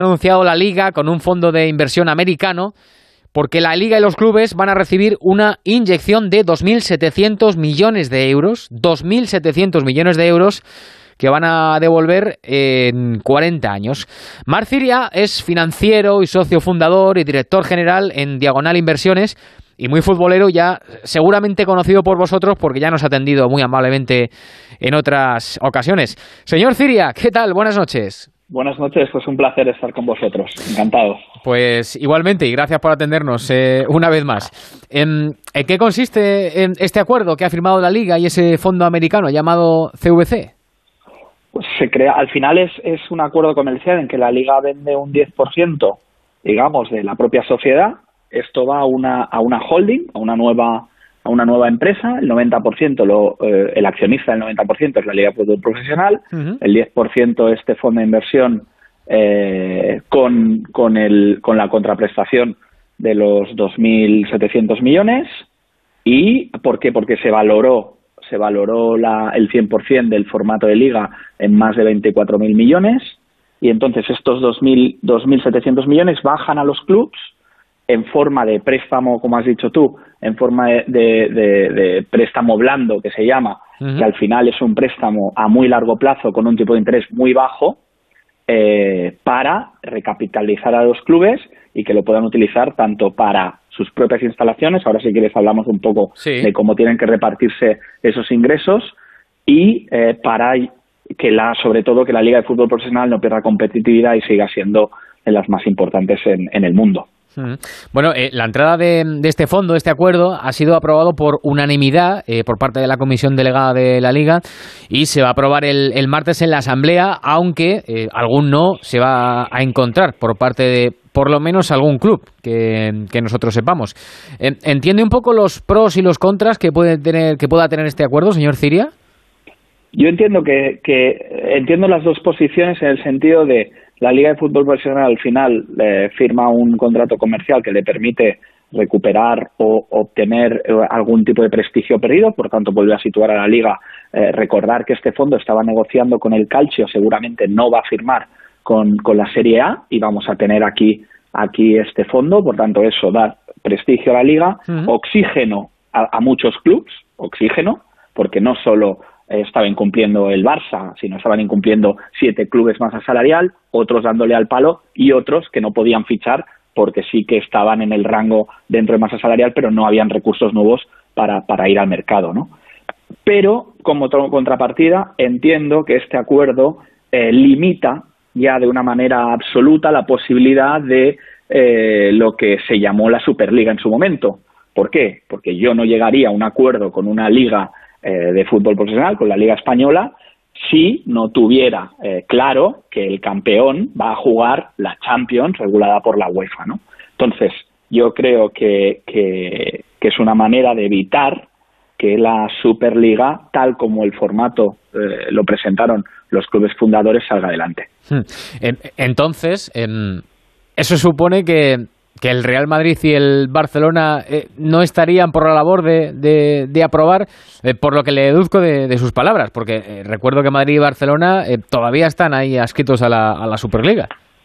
anunciado la Liga con un fondo de inversión americano, porque la Liga y los clubes van a recibir una inyección de 2.700 millones de euros, 2.700 millones de euros que van a devolver en 40 años. Marc Ciria es financiero y socio fundador y director general en Diagonal Inversiones y muy futbolero, ya seguramente conocido por vosotros porque ya nos ha atendido muy amablemente en otras ocasiones. Señor Ciria, ¿qué tal? Buenas noches. Buenas noches, pues un placer estar con vosotros, encantado. Pues igualmente, y gracias por atendernos una vez más. ¿En qué consiste este acuerdo que ha firmado la Liga y ese fondo americano llamado CVC? Pues se crea, al final es un acuerdo comercial en que la Liga vende un 10%, digamos, de la propia sociedad. Esto va a una holding, a una nueva empresa. El 90%, el accionista del 90% es la Liga de Fútbol Profesional. Uh-huh. El 10% este fondo de inversión con la contraprestación de los 2.700 millones. ¿Y por qué? Porque se valoró el 100% del formato de Liga en más de 24.000 millones. Y entonces estos 2.700 millones bajan a los clubs en forma de préstamo, como has dicho tú, en forma de préstamo blando, que se llama, uh-huh, que al final es un préstamo a muy largo plazo con un tipo de interés muy bajo, para recapitalizar a los clubes y que lo puedan utilizar tanto para sus propias instalaciones, ahora si quieres hablamos un poco de cómo tienen que repartirse esos ingresos, y para que sobre todo que la Liga de Fútbol Profesional no pierda competitividad y siga siendo de las más importantes en el mundo. Bueno, la entrada de este fondo, este acuerdo, ha sido aprobado por unanimidad por parte de la Comisión Delegada de la Liga y se va a aprobar el martes en la Asamblea, aunque algún no se va a encontrar por parte de por lo menos algún club que nosotros sepamos. ¿Entiende un poco los pros y los contras que pueda tener este acuerdo, señor Ciria? Yo entiendo entiendo las dos posiciones en el sentido de la Liga de Fútbol Profesional al final firma un contrato comercial que le permite recuperar o obtener algún tipo de prestigio perdido, por tanto vuelve a situar a la Liga. Recordar que este fondo estaba negociando con el Calcio, seguramente no va a firmar con la Serie A y vamos a tener aquí este fondo, por tanto eso da prestigio a la Liga, uh-huh, oxígeno a muchos clubs, oxígeno, porque no solo estaba incumpliendo el Barça, sino estaban incumpliendo 7 clubes masa salarial, otros dándole al palo y otros que no podían fichar porque sí que estaban en el rango dentro de masa salarial, pero no habían recursos nuevos para ir al mercado, ¿no? Pero, como contrapartida, entiendo que este acuerdo limita ya de una manera absoluta la posibilidad de lo que se llamó la Superliga en su momento. ¿Por qué? Porque yo no llegaría a un acuerdo con una liga de fútbol profesional, con la Liga Española, si no tuviera claro que el campeón va a jugar la Champions regulada por la UEFA, ¿no? Entonces, yo creo que es una manera de evitar que la Superliga, tal como el formato lo presentaron los clubes fundadores, salga adelante. Entonces, eso supone que el Real Madrid y el Barcelona no estarían por la labor de aprobar, por lo que le deduzco de sus palabras, porque recuerdo que Madrid y Barcelona todavía están ahí adscritos a la Superliga.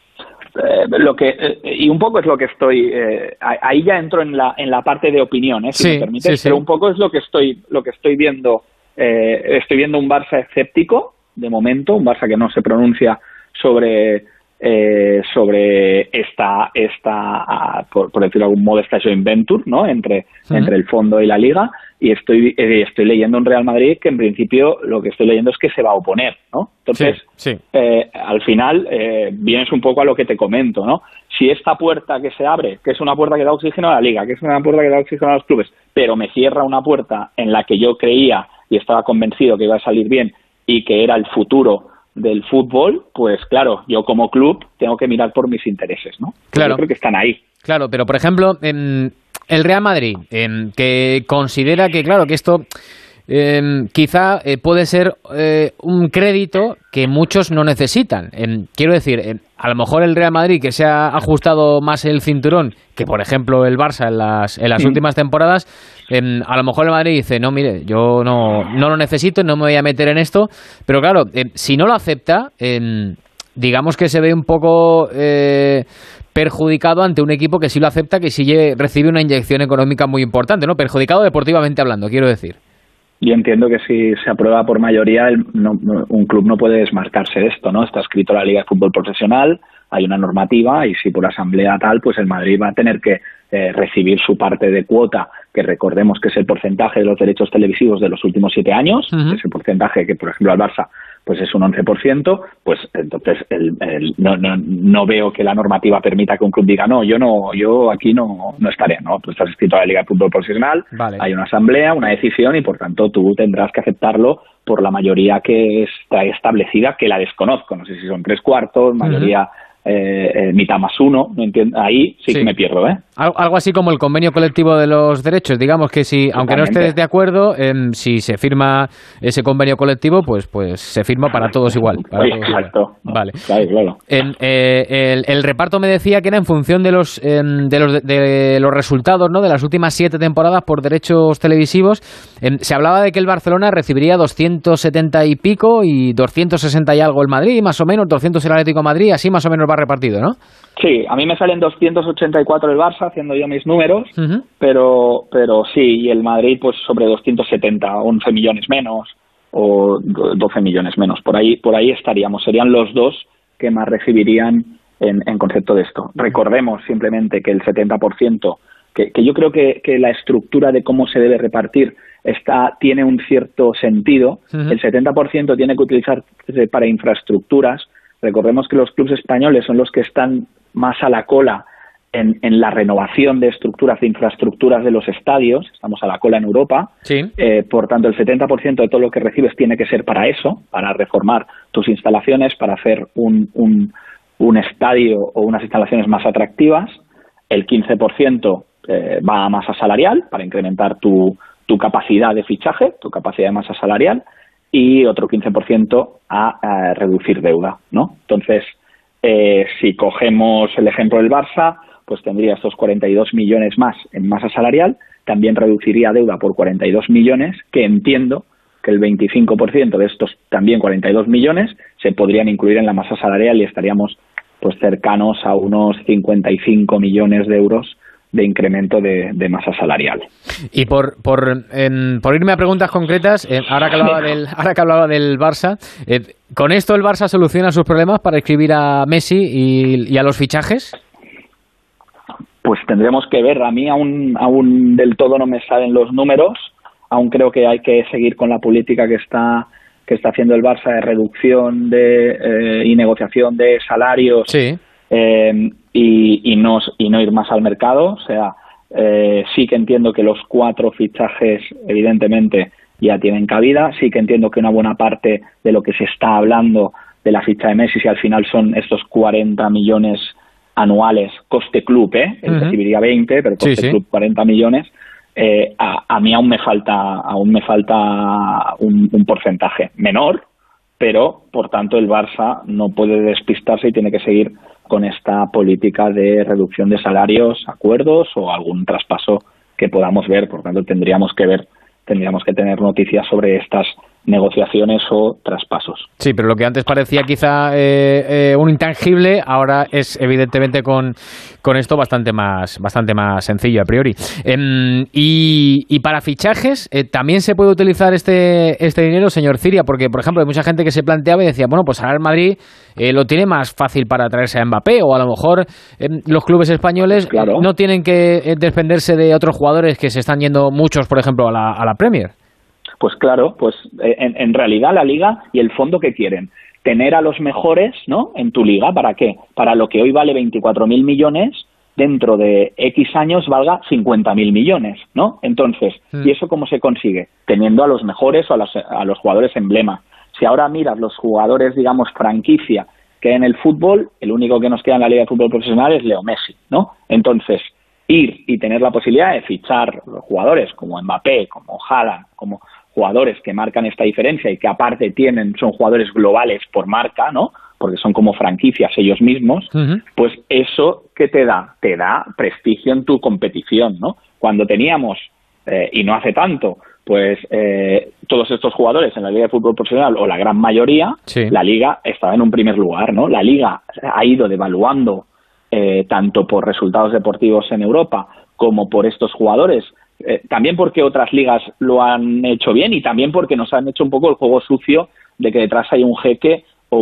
Y un poco es lo que estoy ahí ya entro en la parte de opinión, si me permites, pero un poco es lo que estoy viendo. Estoy viendo un Barça escéptico de momento, un Barça que no se pronuncia sobre esta por decirlo de algún modo, esta joint venture, ¿no? entre el fondo y la Liga, y estoy leyendo un Real Madrid que en principio lo que estoy leyendo es que se va a oponer, ¿no? Entonces, al final vienes un poco a lo que te comento, ¿no? Si esta puerta que se abre, que es una puerta que da oxígeno a la Liga, que es una puerta que da oxígeno a los clubes, pero me cierra una puerta en la que yo creía y estaba convencido que iba a salir bien y que era el futuro del fútbol, pues claro, yo como club tengo que mirar por mis intereses, ¿no? Claro. Yo creo que están ahí. Claro, pero por ejemplo, el Real Madrid, que considera que, claro, que esto quizá puede ser un crédito que muchos no necesitan. Quiero decir, a lo mejor el Real Madrid, que se ha ajustado más el cinturón que, por ejemplo, el Barça en las últimas temporadas, a lo mejor el Madrid dice, no, mire, yo no lo necesito, no me voy a meter en esto, pero claro, si no lo acepta, digamos que se ve un poco perjudicado ante un equipo que sí lo acepta, que sí recibe una inyección económica muy importante, ¿no? Perjudicado deportivamente hablando, quiero decir. Yo entiendo que si se aprueba por mayoría, un club no puede desmarcarse de esto, ¿no? Está escrito la Liga de Fútbol Profesional, hay una normativa y si por asamblea tal, pues el Madrid va a tener que recibir su parte de cuota, que recordemos que es el porcentaje de los derechos televisivos de los últimos 7 años, ese porcentaje que, por ejemplo, al Barça pues es un 11%, pues entonces no veo que la normativa permita que un club diga yo aquí no estaré, ¿no? Tú estás inscrito a la Liga de Fútbol Profesional, vale. Hay una asamblea, una decisión y por tanto tú tendrás que aceptarlo por la mayoría que está establecida, que la desconozco, no sé si son 3/4, mayoría mitad más uno, ¿no entiendo? Ahí sí que me pierdo, ¿eh? Algo así como el convenio colectivo de los derechos, digamos que si, aunque no estés de acuerdo, si se firma ese convenio colectivo, pues se firma para todos igual. Exacto. Vale. Claro. El reparto me decía que era en función de los resultados, ¿no? De las últimas 7 temporadas por derechos televisivos. Se hablaba de que el Barcelona recibiría 270 y pico y 260 y algo el Madrid, más o menos, 200 el Atlético de Madrid, así más o menos va repartido, ¿no? Sí, a mí me salen 284 el Barça, haciendo yo mis números, pero sí, y el Madrid pues sobre 270, 11 millones menos o 12 millones menos, por ahí estaríamos, serían los dos que más recibirían en concepto de esto. Recordemos simplemente que el 70%, que yo creo que la estructura de cómo se debe repartir tiene un cierto sentido, el 70% tiene que utilizarse para infraestructuras. Recordemos que los clubes españoles son los que están más a la cola en la renovación de estructuras, de infraestructuras de los estadios. Estamos a la cola en Europa. Sí. Por tanto, el 70% de todo lo que recibes tiene que ser para eso, para reformar tus instalaciones, para hacer un estadio o unas instalaciones más atractivas. El 15% va a masa salarial, para incrementar tu capacidad de fichaje, tu capacidad de masa salarial, y otro 15% a reducir deuda, ¿no? Entonces, si cogemos el ejemplo del Barça, pues tendría estos 42 millones más en masa salarial, también reduciría deuda por 42 millones, que entiendo que el 25% de estos también 42 millones se podrían incluir en la masa salarial y estaríamos pues cercanos a unos 55 millones de euros de incremento de masa salarial. Y por irme a preguntas concretas, ahora que hablaba del Barça, ¿con esto el Barça soluciona sus problemas para inscribir a Messi y a los fichajes? Pues tendremos que ver. A mí aún del todo no me salen los números. Aún creo que hay que seguir con la política que está haciendo el Barça de reducción y negociación de salarios. Sí. Y no ir más al mercado. O sea, sí que entiendo que los 4 fichajes evidentemente ya tienen cabida. Sí que entiendo que una buena parte de lo que se está hablando de la ficha de Messi, si al final son estos 40 millones anuales, coste club, él recibiría 20, pero coste club 40 millones. A mí aún me falta un porcentaje menor, pero por tanto el Barça no puede despistarse y tiene que seguir con esta política de reducción de salarios, acuerdos o algún traspaso que podamos ver. Por tanto tendríamos que tener noticias sobre estas negociaciones o traspasos. Sí, pero lo que antes parecía quizá un intangible, ahora es evidentemente con esto bastante más sencillo a priori. Y para fichajes, ¿también se puede utilizar este dinero, señor Ciria? Porque, por ejemplo, hay mucha gente que se planteaba y decía, bueno, pues ahora el Madrid lo tiene más fácil para traerse a Mbappé, o a lo mejor los clubes españoles no tienen que defenderse de otros jugadores que se están yendo muchos, por ejemplo, a la Premier. Pues claro, pues en realidad la Liga y el fondo que quieren, tener a los mejores, ¿no? En tu liga, ¿para qué? Para lo que hoy vale 24.000 millones, dentro de X años valga 50.000 millones, ¿no? Entonces, ¿y eso cómo se consigue? Teniendo a los mejores o a los jugadores emblema. Si ahora miras los jugadores, digamos, franquicia que hay en el fútbol, el único que nos queda en la Liga de Fútbol Profesional es Leo Messi, ¿no? Entonces, ir y tener la posibilidad de fichar jugadores como Mbappé, como Haaland, como jugadores que marcan esta diferencia y que aparte son jugadores globales por marca, ¿no? Porque son como franquicias ellos mismos, pues eso ¿qué te da? Te da prestigio en tu competición, ¿no? Cuando teníamos, y no hace tanto, pues todos estos jugadores en la Liga de Fútbol Profesional, o la gran mayoría, sí, la Liga estaba en un primer lugar, ¿no? La Liga ha ido devaluando tanto por resultados deportivos en Europa como por estos jugadores, también porque otras ligas lo han hecho bien y también porque nos han hecho un poco el juego sucio de que detrás hay un jeque o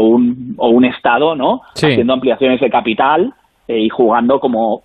un Estado, ¿no? Sí. Haciendo ampliaciones de capital y jugando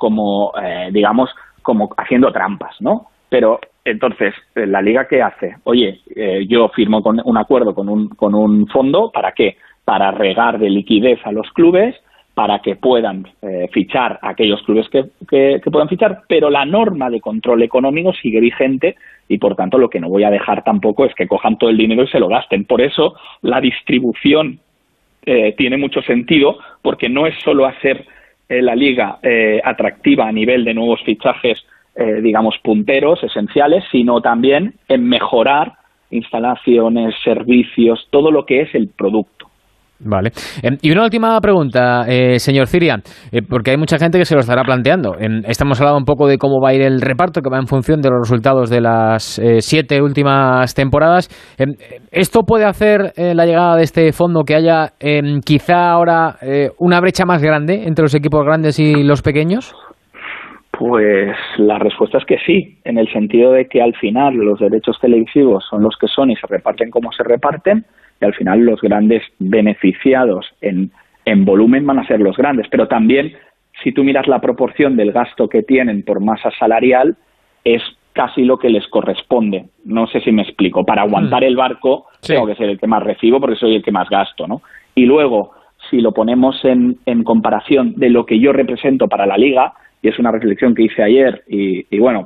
digamos, como haciendo trampas, ¿no? Pero entonces, ¿la Liga qué hace? Oye, yo firmo un acuerdo con un fondo, ¿para qué? Para regar de liquidez a los clubes, para que puedan fichar a aquellos clubes que puedan fichar, pero la norma de control económico sigue vigente y, por tanto, lo que no voy a dejar tampoco es que cojan todo el dinero y se lo gasten. Por eso, la distribución tiene mucho sentido, porque no es solo hacer la Liga atractiva a nivel de nuevos fichajes, digamos, punteros, esenciales, sino también en mejorar instalaciones, servicios, todo lo que es el producto. Vale. Y una última pregunta, señor Ciria, porque hay mucha gente que se lo estará planteando. Estamos hablando un poco de cómo va a ir el reparto, que va en función de los resultados de las 7 últimas temporadas. ¿Esto puede hacer la llegada de este fondo que haya quizá ahora una brecha más grande entre los equipos grandes y los pequeños? Pues la respuesta es que sí, en el sentido de que al final los derechos televisivos son los que son y se reparten como se reparten, y al final los grandes beneficiados en volumen van a ser los grandes, pero también si tú miras la proporción del gasto que tienen por masa salarial, es casi lo que les corresponde. No sé si me explico. Para aguantar el barco tengo que ser el que más recibo porque soy el que más gasto, ¿no? Y luego, si lo ponemos en comparación de lo que yo represento para la Liga, y es una reflexión que hice ayer y bueno,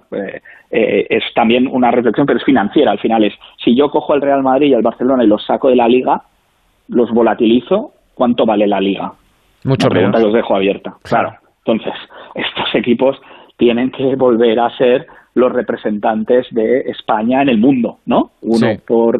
es también una reflexión, pero es financiera. Al final es, si yo cojo al Real Madrid y al Barcelona y los saco de la Liga, los volatilizo, ¿cuánto vale la Liga? Mucho menos. Los dejo abierta. Claro. Entonces, estos equipos tienen que volver a ser los representantes de España en el mundo, ¿no? Uno por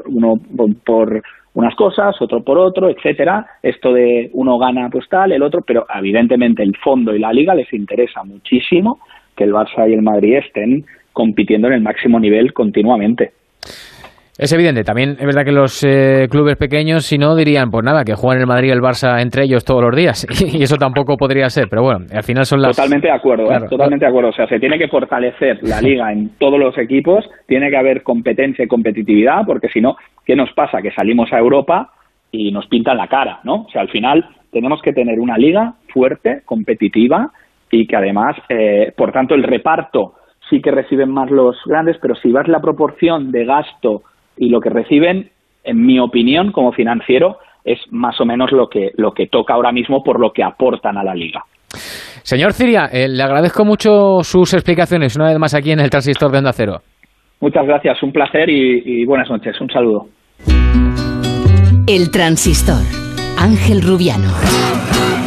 unas cosas, otro por otro, etcétera. Esto de uno gana pues tal, el otro, pero evidentemente el fondo y la Liga les interesa muchísimo que el Barça y el Madrid estén compitiendo en el máximo nivel continuamente. Es evidente, también es verdad que los clubes pequeños, si no, dirían, pues nada, que juegan el Madrid y el Barça entre ellos todos los días, y eso tampoco podría ser, pero bueno, al final son las... Totalmente de acuerdo, claro. Totalmente de acuerdo, o sea, se tiene que fortalecer la Liga en todos los equipos, tiene que haber competencia y competitividad, porque si no, ¿qué nos pasa? Que salimos a Europa y nos pintan la cara, ¿no? O sea, al final tenemos que tener una Liga fuerte, competitiva, y que además, por tanto, el reparto sí que reciben más los grandes, pero si vas la proporción de gasto y lo que reciben, en mi opinión, como financiero, es más o menos lo que toca ahora mismo por lo que aportan a la Liga. Señor Ciria, le agradezco mucho sus explicaciones, una vez más aquí en el Transistor de Onda Cero. Muchas gracias, un placer y buenas noches, un saludo. El Transistor, Ángel Rubiano.